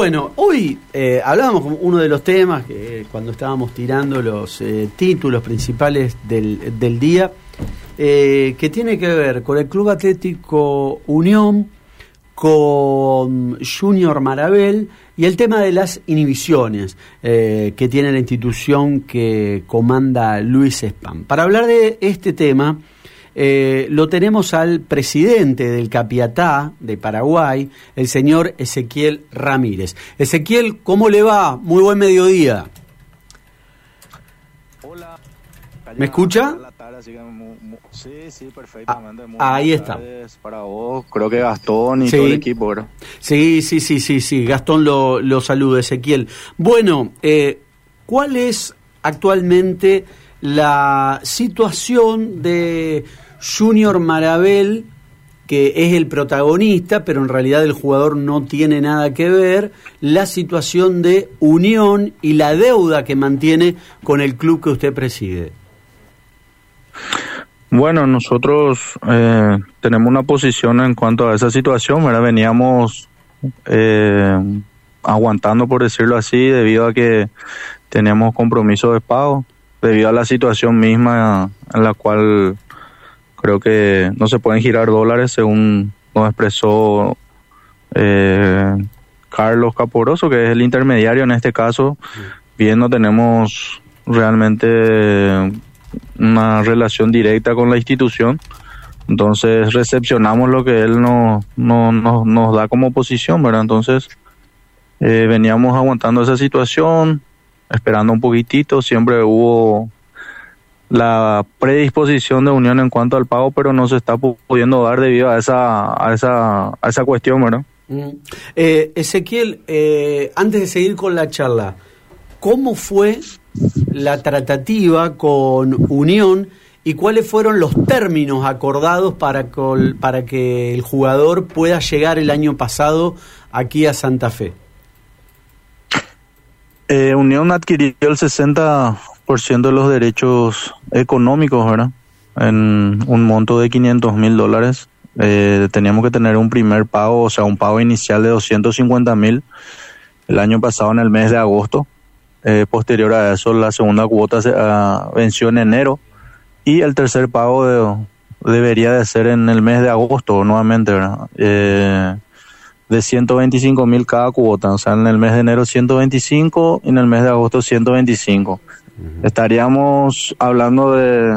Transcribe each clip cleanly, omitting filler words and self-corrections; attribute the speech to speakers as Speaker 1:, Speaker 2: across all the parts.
Speaker 1: Bueno, hoy hablábamos con uno de los temas que cuando estábamos tirando los títulos principales del día, que tiene que ver con el Club Atlético Unión, con Junior Marabel y el tema de las inhibiciones que tiene la institución que comanda Luis Spam. Para hablar de este tema lo tenemos al presidente del Capiatá de Paraguay, el señor Ezequiel Ramírez. Ezequiel, ¿cómo le va? Muy buen mediodía.
Speaker 2: Hola.
Speaker 1: ¿Me escucha?
Speaker 2: Sí, perfectamente.
Speaker 1: Ahí está.
Speaker 2: Para vos, creo que Gastón y todo el equipo, ¿verdad?
Speaker 1: Sí. Gastón lo saluda, Ezequiel. Bueno, ¿cuál es actualmente la situación de Junior Marabel, que es el protagonista, pero en realidad el jugador no tiene nada que ver, la situación de Unión y la deuda que mantiene con el club que usted preside?
Speaker 2: Bueno, nosotros tenemos una posición en cuanto a esa situación, ¿verdad? Veníamos aguantando, por decirlo así, debido a que teníamos compromiso de pago, debido a la situación misma en la cual creo que no se pueden girar dólares, según nos expresó Carlos Caporoso, que es el intermediario en este caso. Bien, no tenemos realmente una relación directa con la institución, entonces recepcionamos lo que él nos da como posición, ¿verdad? Entonces veníamos aguantando esa situación, esperando un poquitito. Siempre hubo la predisposición de Unión en cuanto al pago, pero no se está pudiendo dar debido a esa cuestión, ¿verdad?
Speaker 1: Ezequiel, antes de seguir con la charla, ¿cómo fue la tratativa con Unión y cuáles fueron los términos acordados para que el jugador pueda llegar el año pasado aquí a Santa Fe?
Speaker 2: Unión adquirió el 60% de los derechos económicos, ¿verdad? En un monto de $500,000. Teníamos que tener un primer pago, o sea, un pago inicial de $250,000 el año pasado en el mes de agosto. Posterior a eso, la segunda cuota venció en enero y el tercer pago debería de ser en el mes de agosto nuevamente, ¿verdad? De 125,000 cada cuota, o sea, en el mes de enero 125 y en el mes de agosto 125. Estaríamos hablando de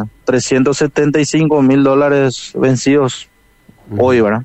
Speaker 2: $375,000 vencidos hoy, ¿verdad?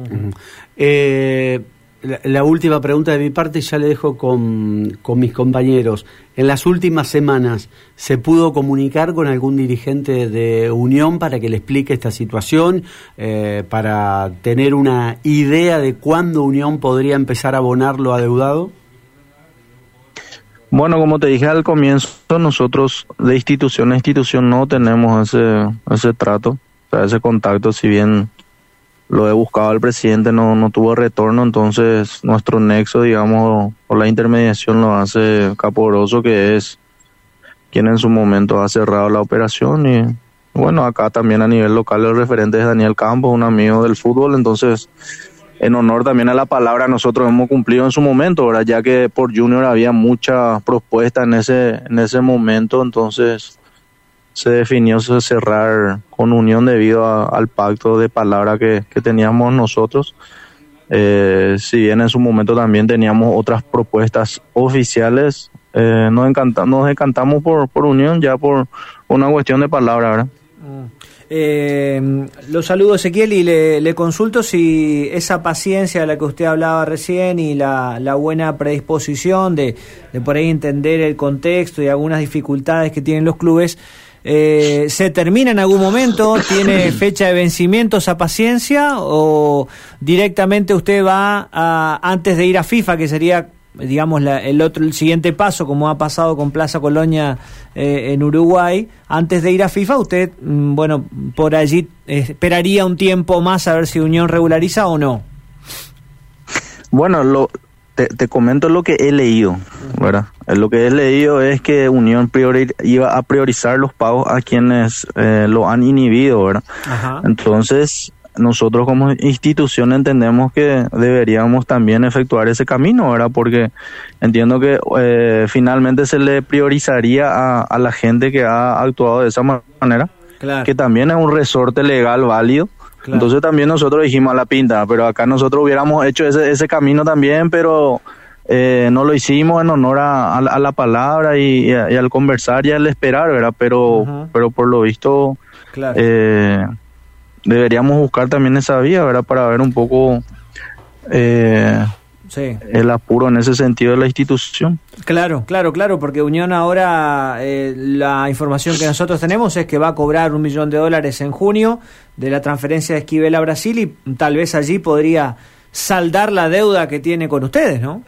Speaker 1: La última pregunta de mi parte ya le dejo con mis compañeros. En las últimas semanas, ¿se pudo comunicar con algún dirigente de Unión para que le explique esta situación, para tener una idea de cuándo Unión podría empezar a abonar lo adeudado?
Speaker 2: Bueno, como te dije al comienzo, nosotros de institución a institución no tenemos ese trato, o sea, ese contacto. Si bien lo he buscado al presidente, no tuvo retorno, entonces nuestro nexo, digamos, por la intermediación lo hace Caporoso, que es quien en su momento ha cerrado la operación. Y bueno, acá también a nivel local el referente es Daniel Campos, un amigo del fútbol, entonces en honor también a la palabra nosotros hemos cumplido en su momento, ¿verdad? Ya que por Junior había mucha propuesta en ese momento, entonces se definió cerrar con Unión debido al pacto de palabra que teníamos nosotros. Si bien en su momento también teníamos otras propuestas oficiales, nos decantamos por Unión ya por una cuestión de palabra, ¿verdad?
Speaker 3: Lo saludo, Ezequiel, y le consulto si esa paciencia de la que usted hablaba recién y la buena predisposición de por ahí entender el contexto y algunas dificultades que tienen los clubes, ¿se termina en algún momento? ¿Tiene fecha de vencimiento esa paciencia? ¿O directamente usted va antes de ir a FIFA, que sería, digamos, el siguiente paso, como ha pasado con Plaza Colonia en Uruguay? Antes de ir a FIFA, usted, bueno, por allí esperaría un tiempo más a ver si Unión regulariza o no.
Speaker 2: Bueno, te comento lo que he leído, ¿verdad? Lo que he leído es que Unión iba a priorizar los pagos a quienes lo han inhibido, ¿verdad? Ajá. Entonces, nosotros como institución entendemos que deberíamos también efectuar ese camino, ¿verdad? Porque entiendo que finalmente se le priorizaría a la gente que ha actuado de esa manera, claro, que también es un resorte legal válido. Claro. Entonces también nosotros dijimos a la pinta, pero acá nosotros hubiéramos hecho ese camino también, pero no lo hicimos en honor a la palabra y al conversar y al esperar, ¿verdad? Pero por lo visto, claro, deberíamos buscar también esa vía, ¿verdad? Para ver un poco sí, el apuro en ese sentido de la institución.
Speaker 3: Claro, porque Unión ahora, la información que nosotros tenemos es que va a cobrar $1 millón en junio de la transferencia de Esquivel a Brasil y tal vez allí podría saldar la deuda que tiene con ustedes, ¿no?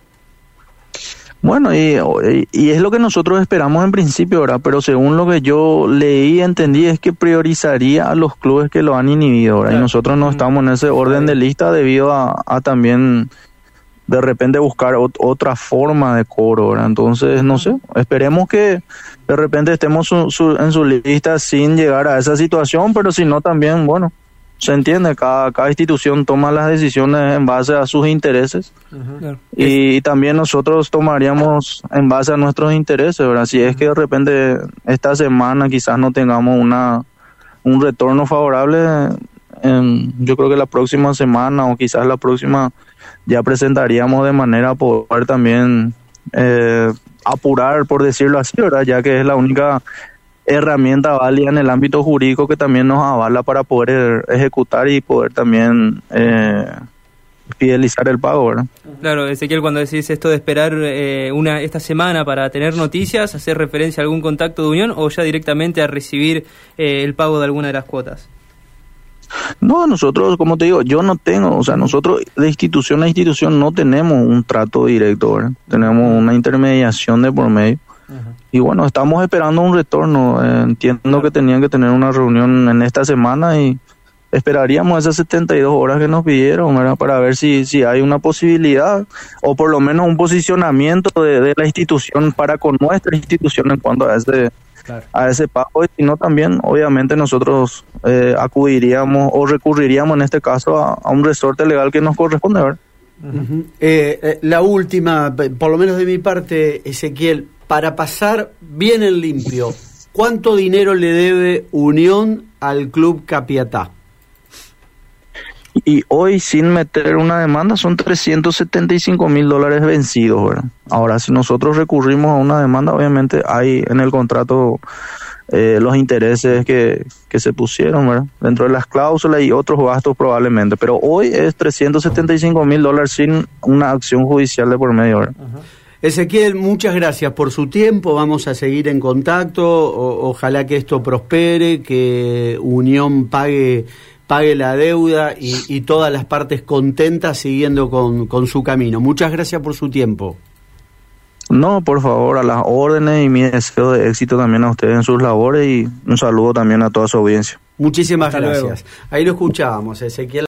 Speaker 2: Bueno, y es lo que nosotros esperamos en principio, ¿verdad? Pero según lo que yo leí y entendí es que priorizaría a los clubes que lo han inhibido, ¿verdad? Claro. Y nosotros no estamos en ese orden de lista debido a también de repente buscar otra forma de cobro, ¿verdad? Entonces, no sé, esperemos que de repente estemos en su lista sin llegar a esa situación, pero si no también, bueno, se entiende, cada institución toma las decisiones en base a sus intereses. Claro. Y también nosotros tomaríamos en base a nuestros intereses, ¿verdad? Si es que de repente esta semana quizás no tengamos un retorno favorable, yo creo que la próxima semana o quizás la próxima ya presentaríamos de manera a poder también apurar, por decirlo así, ¿verdad? Ya que es la única herramienta válida en el ámbito jurídico que también nos avala para poder ejecutar y poder también fidelizar el pago, ¿verdad?
Speaker 4: Claro, Ezequiel, cuando decís esto de esperar esta semana para tener noticias, ¿hacer referencia a algún contacto de Unión o ya directamente a recibir el pago de alguna de las cuotas?
Speaker 2: No, nosotros, como te digo, yo no tengo, o sea, nosotros de institución a institución no tenemos un trato directo, ¿verdad? Tenemos una intermediación de por medio. Y bueno, estamos esperando un retorno. Entiendo que tenían que tener una reunión en esta semana y esperaríamos esas 72 horas que nos pidieron, ¿verdad? Para ver si hay una posibilidad o por lo menos un posicionamiento de la institución para con nuestra institución en cuanto a ese pago. Y si no, también obviamente nosotros acudiríamos o recurriríamos en este caso a un resorte legal que nos corresponde, ¿verdad?
Speaker 1: La última, por lo menos de mi parte, Ezequiel, para pasar bien en limpio, ¿cuánto dinero le debe Unión al Club Capiatá?
Speaker 2: Y hoy, sin meter una demanda, son $375,000 vencidos, ¿verdad? Ahora, si nosotros recurrimos a una demanda, obviamente hay en el contrato los intereses que se pusieron, ¿verdad? Dentro de las cláusulas y otros gastos probablemente, pero hoy es $375,000 sin una acción judicial de por medio, ¿verdad?
Speaker 1: Ezequiel, muchas gracias por su tiempo, vamos a seguir en contacto, ojalá que esto prospere, que Unión pague la deuda y todas las partes contentas siguiendo con su camino. Muchas gracias por su tiempo.
Speaker 2: No, por favor, a las órdenes y mi deseo de éxito también a ustedes en sus labores y un saludo también a toda su audiencia.
Speaker 1: Muchísimas gracias. Luego. Ahí lo escuchábamos, Ezequiel.